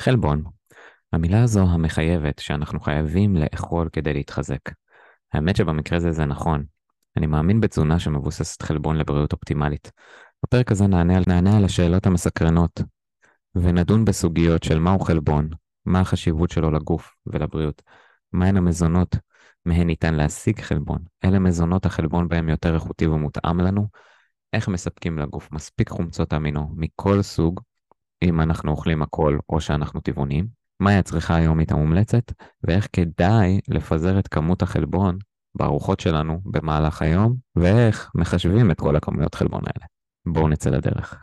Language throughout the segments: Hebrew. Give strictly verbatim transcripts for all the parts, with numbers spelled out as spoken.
חלבון, המילה הזו המחייבת שאנחנו חייבים לאכול כדי להתחזק. האמת שבמקרה הזה זה נכון. אני מאמין בתזונה שמבוססת חלבון לבריאות אופטימלית. בפרק הזה נענה על, נענה על השאלות המסקרנות, ונדון בסוגיות של מהו חלבון, מה החשיבות שלו לגוף ולבריאות, מהן המזונות מהן ניתן להשיג חלבון, אלה מזונות החלבון בהם יותר איכותי ומותאם לנו, איך מספקים לגוף מספיק חומצות אמינו מכל סוג, אם אנחנו אוכלים הכל או שאנחנו טבעונים, מהי הצריכה היומית המומלצת, ואיך כדאי לפזר את כמות החלבון בארוחות שלנו במהלך היום, ואיך מחשבים את כל הכמויות חלבון האלה. בואו נצא לדרך.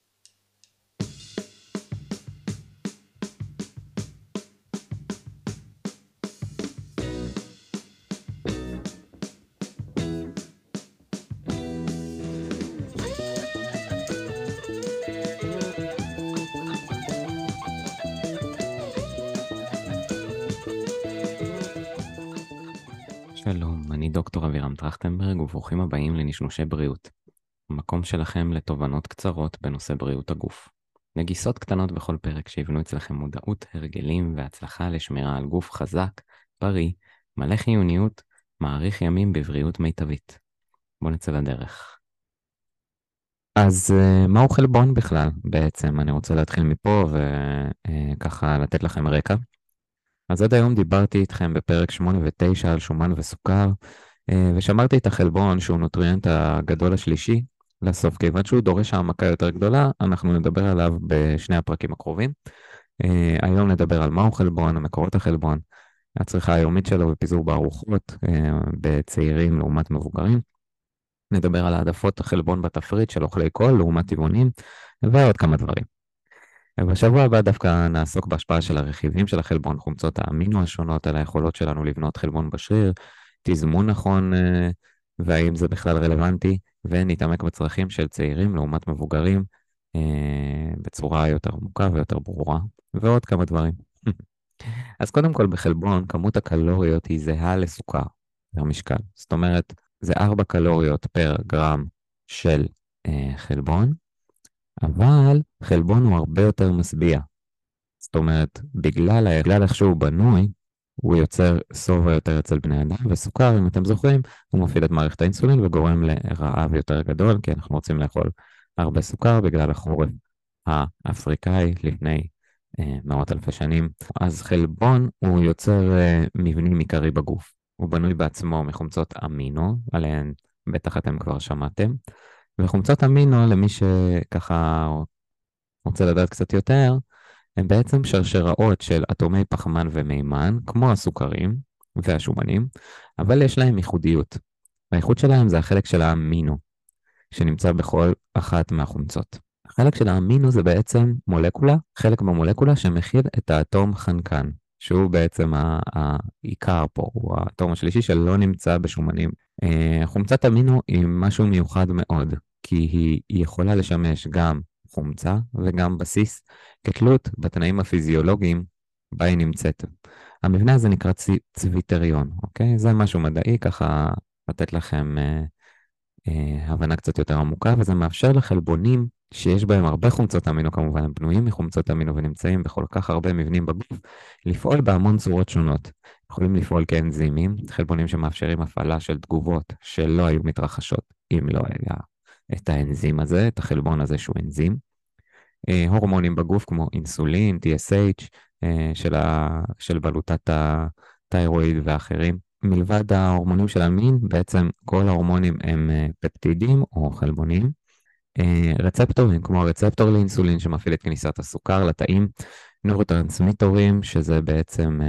שלום, אני דוקטור אבירם טרכטנברג וברוכים הבאים לנשנושי בריאות. המקום שלכם לתובנות קצרות בנושא בריאות הגוף. נגיסות קטנות בכל פרק שיבנו אצלכם מודעות, הרגלים והצלחה לשמירה על גוף חזק, בריא, מלא חיוניות, מאריך ימים בבריאות מיטבית. בואו נצא לדרך. אז uh, מהו חלבון בכלל? בעצם אני רוצה להתחיל מפה וככה uh, לתת לכם רקע. אז עד היום דיברתי איתכם בפרק שמונה ותשע על שומן וסוכר, ושמרתי את החלבון שהוא נוטריאנט הגדול השלישי לסוף, כיוון שהוא דורש העמקה יותר גדולה, אנחנו נדבר עליו בשני הפרקים הקרובים. היום נדבר על מהו חלבון, המקורות החלבון, הצריכה היומית שלו ופיזור בארוחות בצעירים לעומת מבוגרים. נדבר על העדפות החלבון בתפריט של אוכלי קול לעומת טבעונים, ועוד כמה דברים. בשבוע הבא דווקא נעסוק בהשפעה של הרכיבים של החלבון, חומצות האמינו השונות על היכולות שלנו לבנות חלבון בשריר, תזמון נכון והאם זה בכלל רלוונטי, ונתעמק בצרכים של צעירים לעומת מבוגרים בצורה יותר עמוקה ויותר ברורה, ועוד כמה דברים. אז קודם כל בחלבון כמות הקלוריות היא זהה לסוכר, במשקל. זאת אומרת, זה ארבע קלוריות פר גרם של חלבון, אבל חלבון הוא הרבה יותר משביע. זאת אומרת, בגלל, בגלל איך שהוא בנוי, הוא יוצר סובה יותר אצל בני אדם, וסוכר, אם אתם זוכרים, הוא מפעיל את מערכת האינסולין וגורם לרעב יותר גדול, כי אנחנו רוצים לאכול הרבה סוכר בגלל החורף האפריקאי לפני אה, מאות אלפי שנים. אז חלבון הוא יוצר אה, מבנים עיקרי בגוף. הוא בנוי בעצמו מחומצות אמינו, עליהן בטח אתם כבר שמעתם, וחומצות אמינו, למי שככה רוצה לדעת קצת יותר, הן בעצם שרשראות של אטומי פחמן ומימן, כמו הסוכרים והשומנים, אבל יש להם ייחודיות. והייחוד שלהם זה החלק של האמינו, שנמצא בכל אחת מהחומצות. החלק של האמינו זה בעצם מולקולה, חלק במולקולה שמכיל את האטום חנקן, שהוא בעצם העיקר פה, הוא האטום השלישי שלא נמצא בשומנים. חומצת אמינו היא משהו מיוחד מאוד, כי היא יכולה לשמש גם חומצה וגם בסיס, כתלות בתנאים הפיזיולוגיים בה היא נמצאת. המבנה הזה נקרא צביטריון, אוקיי? זה משהו מדעי, ככה לתת לכם אה, אה, הבנה קצת יותר עמוקה, וזה מאפשר לחלבונים שיש בהם הרבה חומצות אמינו, כמובן הם בנויים מחומצות אמינו ונמצאים בכל כך הרבה מבנים בגוף, לפעול בהמון צורות שונות. יכולים לפעול כאנזימים, חלבונים שמאפשרים הפעלה של תגובות שלא היו מתרחשות אם לא היה את האנזים הזה, את החלבון הזה שהוא אנזים. הורמונים בגוף כמו אינסולין, טי אס אייץ' של, ה... של בלוטת התיירואיד ואחרים. מלבד ההורמונים של המין, בעצם כל ההורמונים הם פפטידים או חלבונים. רצפטורים כמו הרצפטור לאינסולין שמפעיל את כניסת הסוכר לתאים, נורוטרנסמיטורים שזה בעצם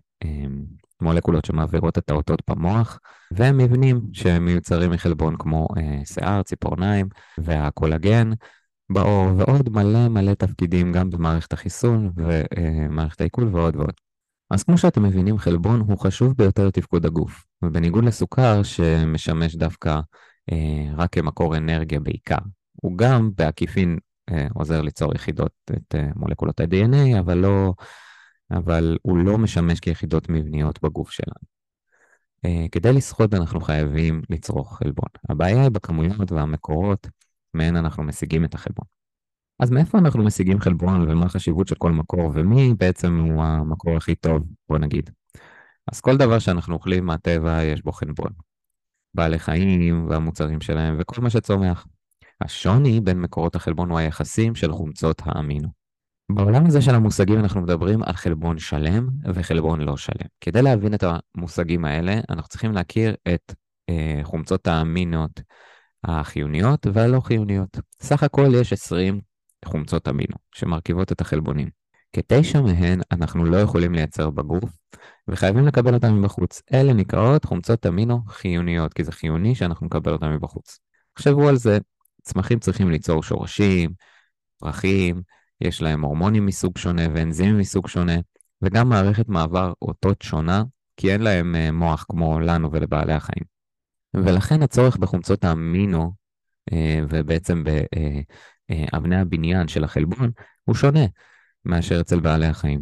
מולקולות שמעבירות את האותות במוח, ומבנים שמיוצרים מחלבון כמו שיער, ציפורניים והקולגן בעור, ועוד מלא מלא תפקידים גם במערכת החיסון ומערכת העיכול ועוד ועוד. אז כמו שאתם מבינים, חלבון הוא חשוב ביותר לתפקוד הגוף, ובניגוד לסוכר שמשמש דווקא אה, רק כמקור אנרגיה בעיקר. הוא גם בעקיפין אה, עוזר ליצור יחידות את אה, מולקולות ה-די אן איי, אבל, לא, אבל הוא לא משמש כיחידות מבניות בגוף שלנו. אה, כדי לשרוד אנחנו חייבים לצרוך חלבון. הבעיה היא בכמויות והמקורות מהן אנחנו משיגים את החלבון. אז מאיפה אנחנו משיגים חלבון ומה החשיבות של כל מקור ומי בעצם הוא המקור הכי טוב, בוא נגיד. אז כל דבר שאנחנו אוכלים מהטבע יש בו חלבון. בעלי חיים והמוצרים שלהם וכל מה שצומח. השוני בין מקורות החלבון הוא היחסים של חומצות האמינו. בעולם הזה של המושגים אנחנו מדברים על חלבון שלם וחלבון לא שלם. כדי להבין את המושגים האלה, אנחנו צריכים להכיר את אה, חומצות האמינות החיוניות והלא חיוניות. סך הכל יש עשרים חומצות אמינו שמרכיבות את החלבונים. כתשע מהן אנחנו לא יכולים לייצר בגוף וחייבים לקבל אותן מבחוץ. אלה נקראות חומצות אמינו חיוניות, כי זה חיוני שאנחנו נקבל אותן מבחוץ. תחשבו על זה, צמחים צריכים ליצור שורשים, פרחים, יש להם הורמונים מסוג שונה ואנזימים מסוג שונה, וגם מערכת מעבר אותות שונה, כי אין להם מוח כמו לנו ולבעלי החיים. ולכן הצורך בחומצות האמינו, ובעצם באבני הבניין של החלבון, הוא שונה מאשר אצל בעלי החיים.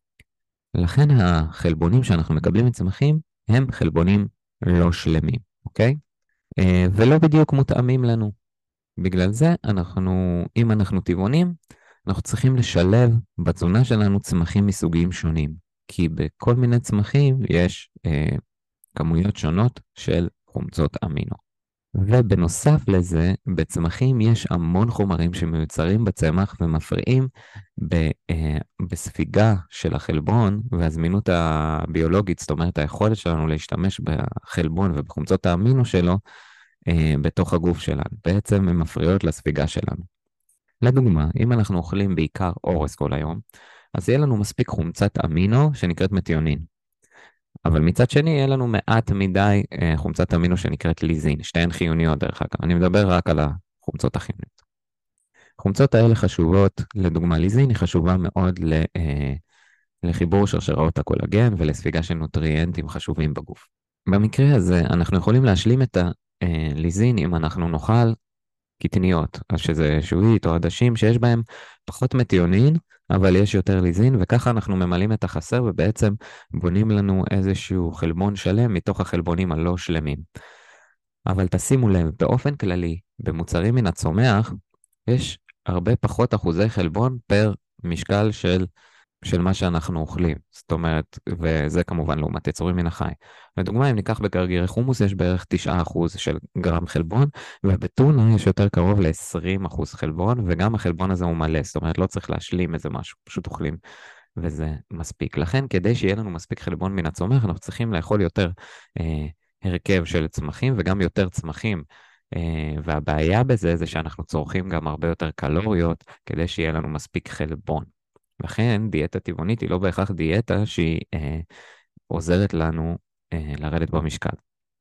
לכן החלבונים שאנחנו מקבלים מצמחים, הם חלבונים לא שלמים, אוקיי? ולא בדיוק מותאמים לנו. בגלל זה אנחנו, אם אנחנו טבעונים, אנחנו צריכים לשלב בתזונה שלנו צמחים מסוגים שונים, כי בכל מיני צמחים יש אה, כמויות שונות של חומצות אמינו. ובנוסף לזה, בצמחים יש המון חומרים שמיוצרים בצמח ומפריעים ב, אה, בספיגה של החלבון והזמינות הביולוגית, זאת אומרת היכולת שלנו להשתמש בחלבון ובחומצות האמינו שלו אה, בתוך הגוף שלנו. בעצם הן מפריעות לספיגה שלנו. לדוגמה, אם אנחנו אוכלים בעיקר אורז כל היום, אז יהיה לנו מספיק חומצת אמינו שנקראת מתיונין. אבל מצד שני, יהיה לנו מעט מדי אה, חומצת אמינו שנקראת ליזין, שתיהן חיוניות דרך אגב. אני מדבר רק על החומצות החיוניות. החומצות האלה חשובות, לדוגמה ליזין היא חשובה מאוד ל, אה, לחיבור שרשראות הקולגן ולספיגה של נוטריאנטים חשובים בגוף. במקרה הזה, אנחנו יכולים להשלים את הליזין אם אנחנו נאכל קטניות, אז שזה שועית או עדשים שיש בהם פחות מתיונין, אבל יש יותר ליזין, וככה אנחנו ממלאים את החסר ובעצם בונים לנו איזשהו חלבון שלם מתוך החלבונים הלא שלמים. אבל תשימו לב, באופן כללי, במוצרים מן הצומח, יש הרבה פחות אחוזי חלבון פר משקל של של מה שאנחנו אוכלים, זאת אומרת, וזה כמובן לעומת יצורים מן החי. לדוגמה, אם ניקח בגרגירי חומוס, יש בערך תשעה אחוז של גרם חלבון, ובטונה יש יותר קרוב ל-עשרים אחוז חלבון, וגם החלבון הזה הוא מלא, זאת אומרת, לא צריך להשלים איזה משהו, פשוט אוכלים, וזה מספיק. לכן, כדי שיהיה לנו מספיק חלבון מן הצומח, אנחנו צריכים לאכול יותר אה, הרכב של צמחים, וגם יותר צמחים, אה, והבעיה בזה זה שאנחנו צורכים גם הרבה יותר קלוריות, כדי שיהיה לנו מספיק חלבון. לכן דיאטה טבעונית היא לא בהכרח דיאטה שהיא אה, עוזרת לנו אה, לרדת במשקל.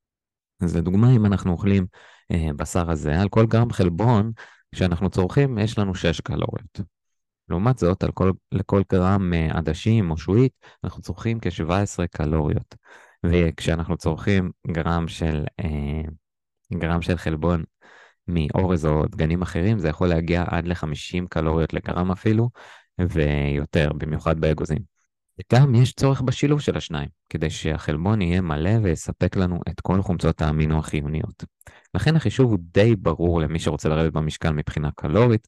אז לדוגמה, אם אנחנו אוכלים אה, בשר הזה, על כל גרם חלבון שאנחנו צורכים, יש לנו שש קלוריות. לעומת זאת, על כל, לכל גרם אה, עדשים או שועית, אנחנו צורכים כ-שבע עשרה קלוריות. וכשאנחנו צורכים גרם של, אה, גרם של חלבון מאורז או דגנים אחרים, זה יכול להגיע עד ל-חמישים קלוריות לגרם אפילו, ויותר, במיוחד באגוזים. וגם יש צורך בשילוב של השניים, כדי שהחלבון יהיה מלא ויספק לנו את כל חומצות האמינו החיוניות. לכן החישוב הוא די ברור למי שרוצה לרדת במשקל מבחינה קלורית,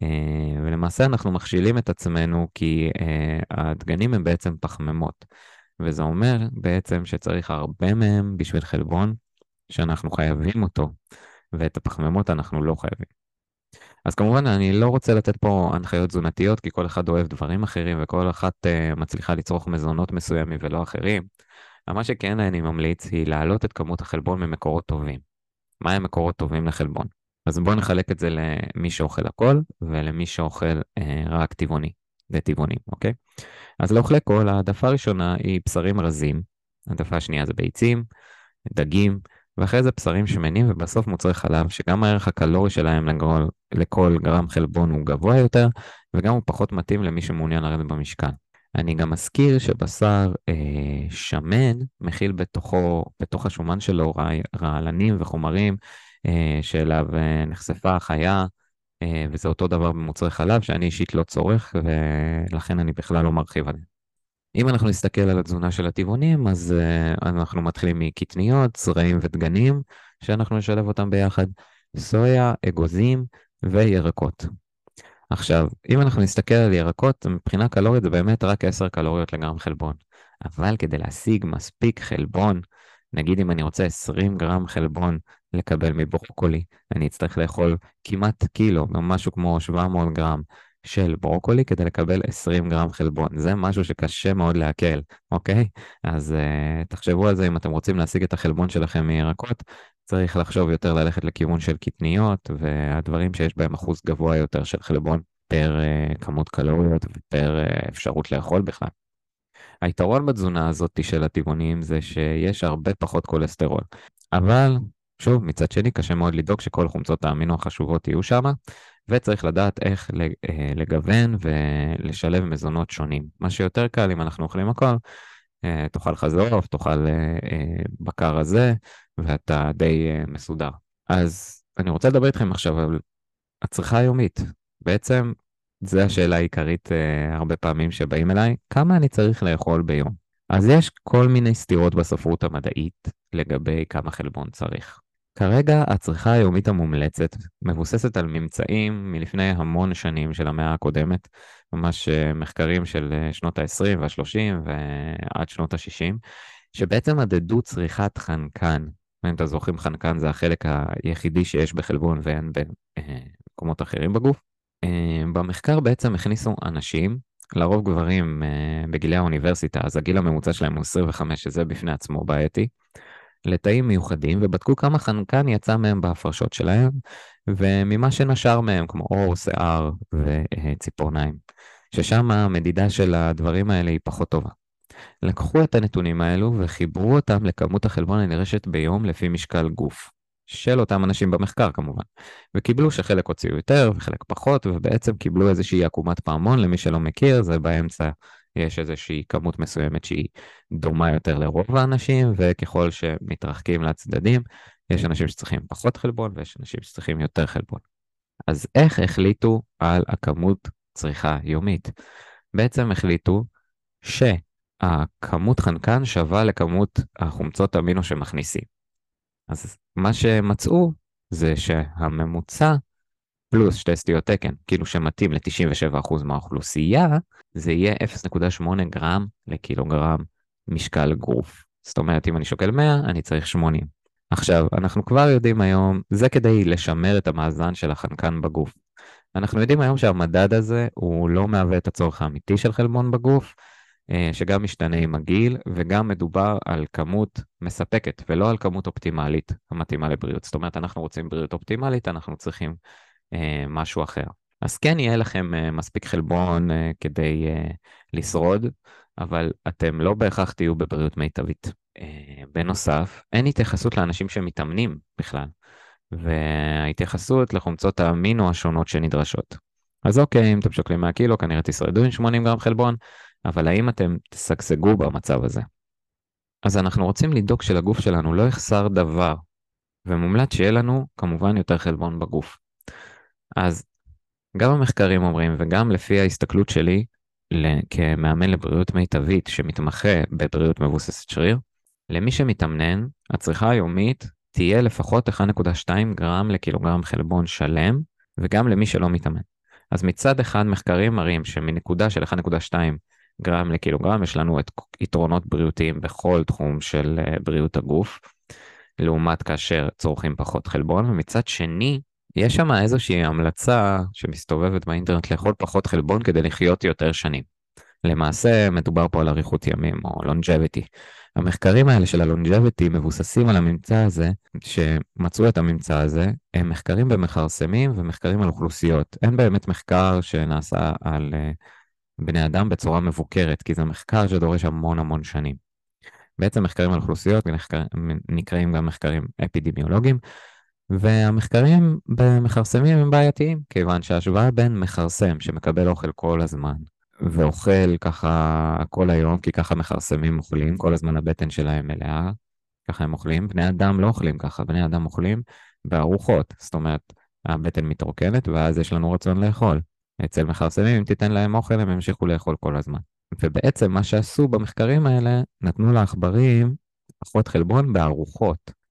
ולמעשה אנחנו מכשילים את עצמנו כי הדגנים הם בעצם פחמימות, וזה אומר בעצם שצריך הרבה מהם בשביל חלבון שאנחנו חייבים אותו, ואת הפחמימות אנחנו לא חייבים. אז כמובן אני לא רוצה לתת פה הנחיות תזונתיות, כי כל אחד אוהב דברים אחרים, וכל אחת uh, מצליחה לצרוך מזונות מסוימים ולא אחרים. מה שכן אני ממליץ היא להעלות את כמות החלבון ממקורות טובים. מה הם מקורות טובים לחלבון? אז בואו נחלק את זה למי שאוכל הכל, ולמי שאוכל uh, רק טבעוני, לטבעונים, אוקיי? אז לאוכלי כל, העדפה הראשונה היא בשרים רזים, העדפה השנייה זה ביצים, דגים, ואחרי זה בשרים שמנים ובסוף מוצרי חלב, שגם הערך הקלורי שלהם לגול, לכל גרם חלבון הוא גבוה יותר, וגם הוא פחות מתאים למי שמעוניין לרדת במשקל. אני גם מזכיר שבשר אה, שמן מכיל בתוכו, בתוך השומן שלו רעלנים וחומרים אה, שאליו אה, נחשפה החיה, אה, וזה אותו דבר במוצרי חלב שאני אישית לא צורך, ולכן אני בכלל לא מרחיב עליהם. אם אנחנו נסתכל על התזונה של הטבעונים, אז uh, אנחנו מתחילים מקטניות, זרעים ודגנים, שאנחנו נשלב אותם ביחד, סויה, אגוזים וירקות. עכשיו, אם אנחנו נסתכל על ירקות, מבחינה קלורית זה באמת רק עשר קלוריות לגרם חלבון. אבל כדי להשיג מספיק חלבון, נגיד אם אני רוצה עשרים גרם חלבון לקבל מברוקולי, אני אצטרך לאכול כמעט קילו, גם משהו כמו שבע מאות גרם של ברוקולי כדי לקבל עשרים גרם חלבון. זה משהו שקשה מאוד לעכל, אוקיי? אז uh, תחשבו על זה אם אתם רוצים להשיג את החלבון שלכם מירקות, צריך לחשוב יותר ללכת לכיוון של קטניות, והדברים שיש בהם אחוז גבוה יותר של חלבון פר uh, כמות קלוריות ופר uh, אפשרות לאכול בכלל. היתרון בתזונה הזאת של הטבעונים זה שיש הרבה פחות כולסטרול. אבל, שוב, מצד שני, קשה מאוד לדאוג שכל חומצות האמינו החשובות יהיו שם, וצריך לדעת איך לגוון ולשלב מזונות שונים. מה שיותר קל אם אנחנו אוכלים הכל, תאכל חזוף, תאכל בקר הזה, ואתה די מסודר. אז אני רוצה לדבר איתכם עכשיו על הצריכה היומית. בעצם, זו השאלה העיקרית uh, הרבה פעמים שבאים אליי, כמה אני צריך לאכול ביום? אז יש כל מיני סתירות בספרות המדעית לגבי כמה חלבון צריך. כרגע הצריכה היומית המומלצת מבוססת על ממצאים מלפני המון שנים של המאה הקודמת, ממש uh, מחקרים של uh, שנות ה-עשרים וה-שלושים ועד שנות ה-שישים, שבעצם מדדו צריכת חנקן. אם אתם זוכרים, חנקן זה החלק היחידי שיש בחלבון ואין במקומות אחרים בגוף. במחקר בעצם הכניסו אנשים, לרוב גברים בגילי האוניברסיטה, אז הגיל הממוצע שלהם הוא עשרים וחמש, שזה בפני עצמו בעייתי, לתאים מיוחדים, ובדקו כמה חנקן יצא מהם בהפרשות שלהם, וממה שנשר מהם, כמו עור, שיער וציפורניים, ששם המדידה של הדברים האלה היא פחות טובה. לקחו את הנתונים האלו וחיברו אותם לכמות החלבון הנדרשת ביום לפי משקל גוף. של אותם אנשים במחקר כמובן, וקיבלו שחלק הוציאו יותר וחלק פחות, ובעצם קיבלו איזושהי עקומת פעמון, למי שלא מכיר, זה באמצע יש איזושהי כמות מסוימת שהיא דומה יותר לרוב האנשים, וככל שמתרחקים לצדדים, יש אנשים שצריכים פחות חלבון, ויש אנשים שצריכים יותר חלבון. אז איך החליטו על הכמות צריכה יומית? בעצם החליטו שהכמות חנקן שווה לכמות החומצות אמינו שמכניסים. אז מה שמצאו זה שהממוצע פלוס שתי סטיות תקן, כאילו שמתאים ל-תשעים ושבעה אחוז מהאוכלוסייה, זה יהיה אפס נקודה שמונה גרם לקילוגרם משקל גוף. זאת אומרת, אם אני שוקל מאה, אני צריך שמונים. עכשיו, אנחנו כבר יודעים היום, זה כדי לשמר את המאזן של החנקן בגוף. אנחנו יודעים היום שהמדד הזה הוא לא מהווה את הצורך האמיתי של חלבון בגוף, שגם משתנה עם הגיל, וגם מדובר על כמות מספקת, ולא על כמות אופטימלית המתאימה לבריאות. זאת אומרת, אנחנו רוצים בריאות אופטימלית, אנחנו צריכים אה, משהו אחר. אז כן יהיה לכם אה, מספיק חלבון אה, כדי אה, לשרוד, אבל אתם לא בהכרח תהיו בבריאות מיטבית. אה, בנוסף, אין התייחסות לאנשים שמתאמנים בכלל, וההתייחסות לחומצות האמינו השונות שנדרשות. אז אוקיי, אם אתם שוקלים מאה קילו, כנראה תשרדו עם שמונים גרם חלבון, אבל האם אתם תסגסגו במצב הזה? אז אנחנו רוצים לדאוג שלגוף שלנו לא יחסר דבר, ומומלץ שיהיה לנו כמובן יותר חלבון בגוף. אז גם המחקרים אומרים, וגם לפי ההסתכלות שלי, כמאמן לבריאות מיטבית שמתמחה בבריאות מבוססת שריר, למי שמתאמנן, הצריכה היומית תהיה לפחות אחת נקודה שתיים גרם לקילוגרם חלבון שלם, וגם למי שלא מתאמן. אז מצד אחד מחקרים מראים שמנקודה של אחת נקודה שתיים גרם לקילוגרם, יש לנו את יתרונות בריאותיים בכל תחום של בריאות הגוף, לעומת כאשר צורכים פחות חלבון, ומצד שני, יש שם איזושהי המלצה שמסתובבת באינטרנט לאכול פחות חלבון כדי לחיות יותר שנים. למעשה מדובר פה על אריכות ימים או longevity. המחקרים האלה של ה-longevity מבוססים על הממצא הזה, שמצאו את הממצא הזה, הם מחקרים במכרסמים ומחקרים על אוכלוסיות. אין באמת מחקר שנעשה על בני אדם בצורה מבוקרת, כי זה מחקר שדורש המון המון שנים. בעצם מחקרים על אוכלוסיות נקראים גם מחקרים אפידמיולוגיים, והמחקרים במכרסמים הם בעייתיים, כיוון שההשוואה בין מכרסם שמקבל אוכל כל הזמן, ואוכל ככה כל היום, כי ככה מכרסמים אוכלים, כל הזמן הבטן שלהם מלאה, ככה הם אוכלים, בני אדם לא אוכלים ככה, בני אדם אוכלים בארוחות, זאת אומרת, הבטן מתרוקנת, ואז יש לנו רצון לאכול. אצל מכרסמים, אם תיתן להם אוכל, הם ימשיכו לאכול כל הזמן. ובעצם מה שעשו במחקרים האלה, נתנו לעכברים פחות חלבון בארוחות.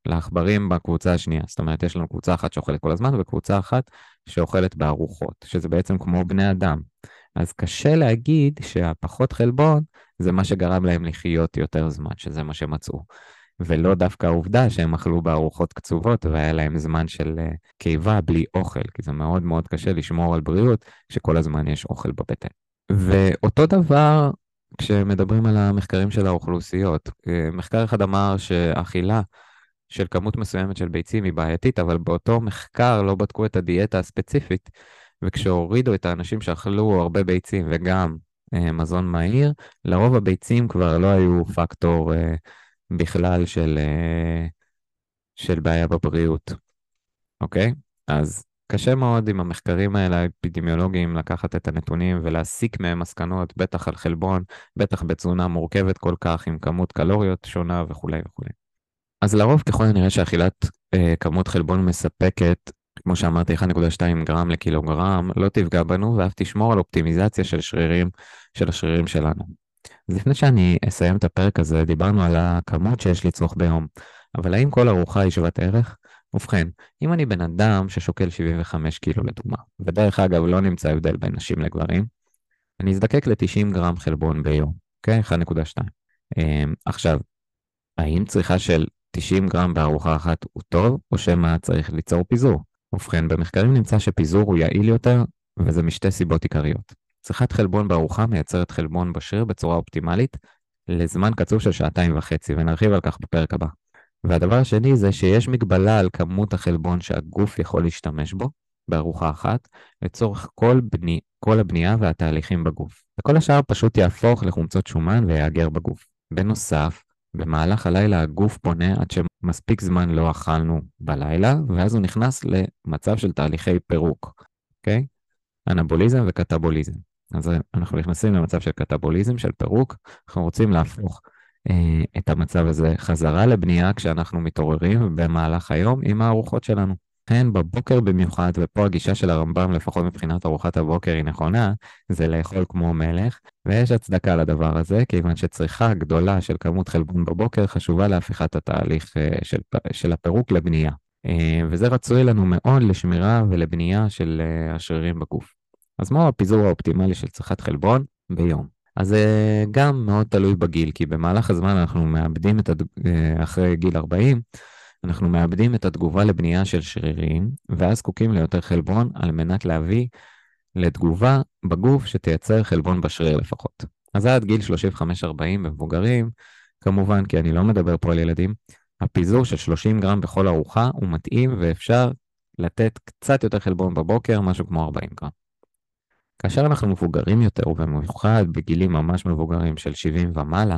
לעכברים בקבוצה השנייה. זאת אומרת, יש לנו קבוצה אחת שאוכלת כל הזמן, וקבוצה אחת שאוכלת בארוחות, שזה בעצם כמו בני אדם. אז קשה להגיד שהפחות חלבון זה מה שגרם להם לחיות יותר זמן, שזה מה שמצאו. ולא דווקא העובדה שהם אכלו בארוחות קצובות והיה להם זמן של uh, קיבה בלי אוכל, כי זה מאוד מאוד קשה לשמור על בריאות כשכל הזמן יש אוכל בבטן. ואותו דבר כשמדברים על המחקרים של האוכלוסיות. מחקר אחד אמר שאכילה של כמות מסוימת של ביצים היא בעייתית, אבל באותו מחקר לא בדקו את הדיאטה הספציפית, וכשהורידו את האנשים שאכלו הרבה ביצים וגם אה, מזון מהיר, לרוב הביצים כבר לא היו פקטור אה, בכלל של, אה, של בעיה בבריאות. אוקיי? אז קשה מאוד עם המחקרים האלה האפידמיולוגיים לקחת את הנתונים ולהסיק מהם מסקנות, בטח על חלבון, בטח בתזונה מורכבת כל כך עם כמות קלוריות שונה וכו' וכו'. אז לרוב ככל הנראה שאכילת אה, כמות חלבון מספקת, כמו שאמרתי, אחת נקודה שתיים גרם לקילוגרם, לא תפגע בנו ואף תשמור על אופטימיזציה של שרירים, של השרירים שלנו. אז לפני שאני אסיים את הפרק הזה, דיברנו על הכמות שיש לצרוך ביום, אבל האם כל ארוחה היא שוות ערך? ובכן, אם אני בן אדם ששוקל שבעים וחמש קילו לדוגמה, ודרך אגב לא נמצא הבדל בין נשים לגברים, אני אזדקק ל-תשעים גרם חלבון ביום, אוקיי? אחת נקודה שתיים. Um, עכשיו, האם צריכה של תשעים גרם בארוחה אחת הוא טוב, או שמה צריך ליצור פיזור? ובכן, במחקרים נמצא שפיזור הוא יעיל יותר, וזה משתי סיבות עיקריות. צריכת חלבון בארוחה מייצרת חלבון בשריר בצורה אופטימלית, לזמן קצוב של שעתיים וחצי, ונרחיב על כך בפרק הבא. והדבר השני זה שיש מגבלה על כמות החלבון שהגוף יכול להשתמש בו בארוחה אחת, לצורך כל, בני, כל הבנייה והתהליכים בגוף. וכל השאר פשוט יהפוך לחומצות שומן ויאגר בגוף. בנוסף, במהלך הלילה הגוף פונה עד שמספיק זמן לא אכלנו בלילה, ואז הוא נכנס למצב של תהליכי פירוק, אוקיי? אנבוליזם וקטבוליזם. אז אנחנו נכנסים למצב של קטבוליזם, של פירוק, אנחנו רוצים להפוך אה, את המצב הזה חזרה לבנייה כשאנחנו מתעוררים במהלך היום עם הארוחות שלנו. כן, בבוקר במיוחד, ופה הגישה של הרמב"ם, לפחות מבחינת ארוחת הבוקר היא נכונה, זה לאכול כמו מלך, ויש הצדקה לדבר הזה, כיוון שצריכה גדולה של כמות חלבון בבוקר חשובה להפיכת התהליך של, של הפירוק לבנייה. וזה רצוי לנו מאוד לשמירה ולבנייה של השרירים בגוף. אז מהו הפיזור האופטימלי של צריכת חלבון ביום? אז זה גם מאוד תלוי בגיל, כי במהלך הזמן אנחנו מאבדים את הד... אחרי גיל ארבעים, אנחנו מאבדים את התגובה לבנייה של שרירים, ואז זקוקים ליותר חלבון על מנת להביא לתגובה בגוף שתייצר חלבון בשריר לפחות. אז עד גיל שלושים וחמש ארבעים במבוגרים, כמובן כי אני לא מדבר פה על ילדים, הפיזור של שלושים גרם בכל ארוחה הוא מתאים ואפשר לתת קצת יותר חלבון בבוקר, משהו כמו ארבעים גרם. כאשר אנחנו מבוגרים יותר, ובמיוחד בגילים ממש מבוגרים של שבעים ומעלה,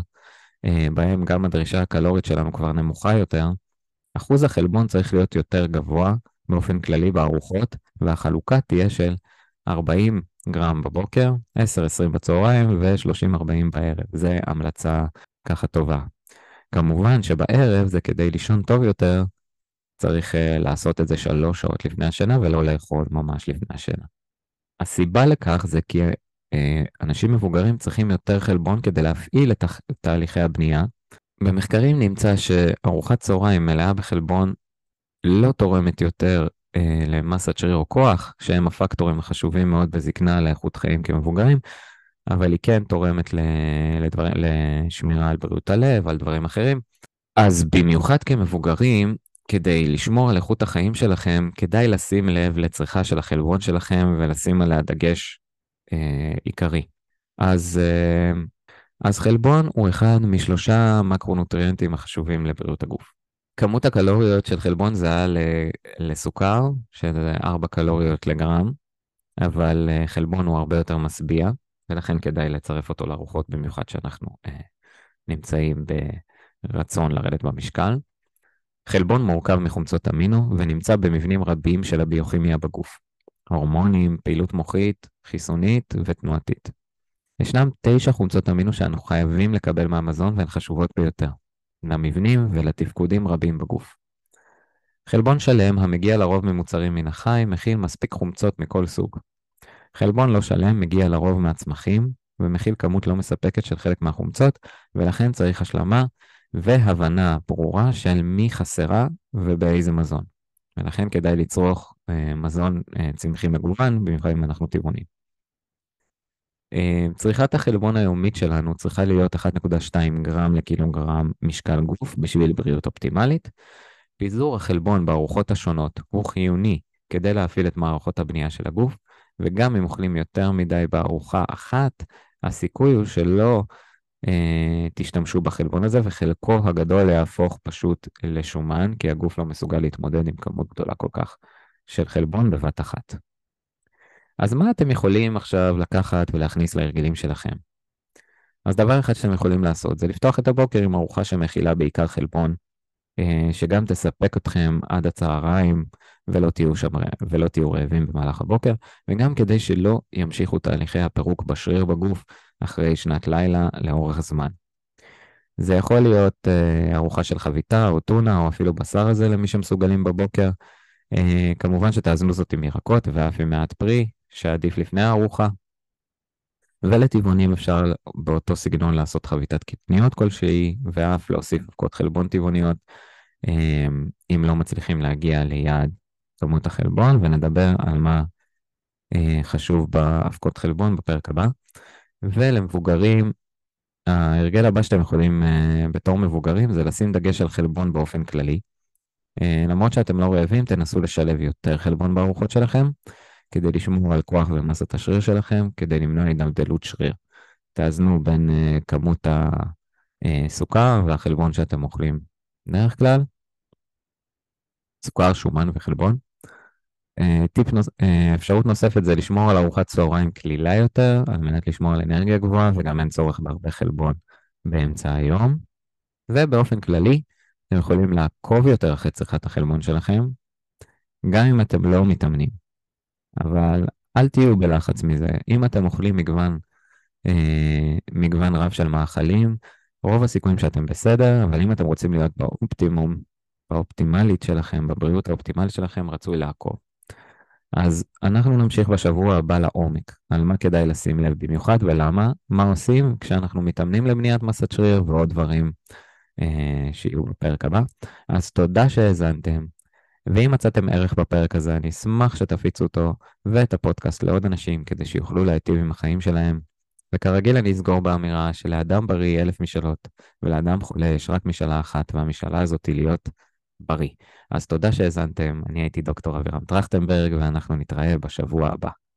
בהם גם הדרישה הקלורית שלנו כבר נמוכה יותר, אחוז החלבון צריך להיות יותר גבוה באופן כללי בארוחות, והחלוקה תהיה של ארבעים גרם בבוקר, עשר עשרים בצהריים ו-שלושים ארבעים בערב. זה המלצה ככה טובה. כמובן שבערב זה כדי לישון טוב יותר, צריך uh, לעשות את זה שלוש שעות לפני השינה ולא לאכול ממש לפני השינה. הסיבה לכך זה כי uh, אנשים מבוגרים צריכים יותר חלבון כדי להפעיל את תהליכי הבנייה. במחקרים נמצא שארוחת צהריים מלאה בחלבון לא תורמת יותר אה, למסת שריר או כוח, שהם הפקטורים החשובים מאוד בזקנה לאיכות חיים כמבוגרים, אבל היא כן תורמת לדבר, לשמירה על בריאות הלב, על דברים אחרים. אז במיוחד כמבוגרים, כדי לשמור על איכות החיים שלכם, כדאי לשים לב לצריכה של החלבון שלכם ולשים עליה דגש אה, עיקרי. אז... אה, אז חלבון הוא אחד משלושה מקרונוטריאנטים החשובים לבריאות הגוף. כמות הקלוריות של חלבון זהה לסוכר, שזה ארבע קלוריות לגרם, אבל חלבון הוא הרבה יותר משביע, ולכן כדאי לצרף אותו לארוחות, במיוחד שאנחנו אה, נמצאים ברצון לרדת במשקל. חלבון מורכב מחומצות אמינו, ונמצא במבנים רבים של הביוכימיה בגוף. הורמונים, פעילות מוחית, חיסונית ותנועתית. ישנם תשע חומצות אמינו שאנו חייבים לקבל מהמזון והן חשובות ביותר, למבנים ולתפקודים רבים בגוף. חלבון שלם המגיע לרוב ממוצרים מן החי מכיל מספיק חומצות מכל סוג. חלבון לא שלם מגיע לרוב מהצמחים ומכיל כמות לא מספקת של חלק מהחומצות, ולכן צריך השלמה והבנה ברורה של מי חסרה ובאיזה מזון. ולכן כדאי לצרוך אה, מזון אה, צמחי מגוון, במיוחד אם אנחנו טבעונים. אה, צריכת החלבון היומית שלנו צריכה להיות אחת נקודה שתיים גרם לקילוגרם משקל גוף בשביל בריאות אופטימלית. פיזור החלבון בארוחות השונות הוא חיוני כדי להפעיל את מערכות הבנייה של הגוף, וגם אם אוכלים יותר מדי בארוחה אחת, הסיכוי הוא שלא אה, תשתמשו בחלבון הזה, וחלקו הגדול יהפוך פשוט לשומן, כי הגוף לא מסוגל להתמודד עם כמות גדולה כל כך של חלבון בבת אחת. אז מה אתם יכולים עכשיו לקחת ולהכניס להרגלים שלכם? אז דבר אחד שאתם יכולים לעשות זה לפתוח את הבוקר עם ארוחה שמכילה בעיקר חלבון, שגם תספק אתכם עד הצהריים ולא תהיו שם, ולא תהיו רעבים במהלך הבוקר, וגם כדי שלא ימשיכו תהליכי הפירוק בשריר בגוף אחרי שנת לילה לאורך זמן. זה יכול להיות אה, ארוחה של חביתה או טונה או אפילו בשר הזה למי שמסוגלים בבוקר. אה, כמובן שתאזנו זאת עם ירקות ואף עם מעט פרי שעדיף לפני הארוחה. ולטבעונים אפשר באותו סגנון לעשות חביתת קטניות כלשהי, ואף להוסיף אבקות חלבון טבעוניות, אם לא מצליחים להגיע ליעד כמות החלבון, ונדבר על מה חשוב באבקות חלבון בפרק הבא. ולמבוגרים, ההרגל הבא שאתם יכולים בתור מבוגרים זה לשים דגש על חלבון באופן כללי. למרות שאתם לא רעבים, תנסו לשלב יותר חלבון בארוחות שלכם, כדי לשמור על כוח ומסת השריר שלכם, כדי למנוע הידלדלות שריר. תאזנו בין uh, כמות הסוכר והחלבון שאתם אוכלים. בדרך כלל, סוכר, שומן וחלבון. Uh, טיפ נוס... uh, אפשרות נוספת זה לשמור על ארוחת צהריים כלילה יותר, על מנת לשמור על אנרגיה גבוהה, וגם אין צורך בהרבה חלבון באמצע היום. ובאופן כללי, אתם יכולים לעקוב יותר אחרי צריכת החלבון שלכם, גם אם אתם לא מתאמנים. אבל אל תהיו בלחץ מזה. אם אתם אוכלים מגוון, אה, מגוון רב של מאכלים, רוב הסיכויים שאתם בסדר, אבל אם אתם רוצים להיות באופטימום, באופטימלית שלכם, בבריאות האופטימלית שלכם, רצוי לעקוב. אז אנחנו נמשיך בשבוע הבא לעומק, על מה כדאי לשים לב במיוחד ולמה, מה עושים כשאנחנו מתאמנים לבניית מסת שריר ועוד דברים אה, שיהיו בפרק הבא. אז תודה שהאזנתם. ואם מצאתם ערך בפרק הזה, אני אשמח שתפיצו אותו ואת הפודקאסט לעוד אנשים כדי שיוכלו להיטיב עם החיים שלהם. וכרגיל אני אסגור באמירה שלאדם בריא אלף משאלות, ולאדם חולה יש רק משאלה אחת, והמשאלה הזאת היא להיות בריא. אז תודה שהאזנתם, אני הייתי דוקטור אבירם טרכטנברג, ואנחנו נתראה בשבוע הבא.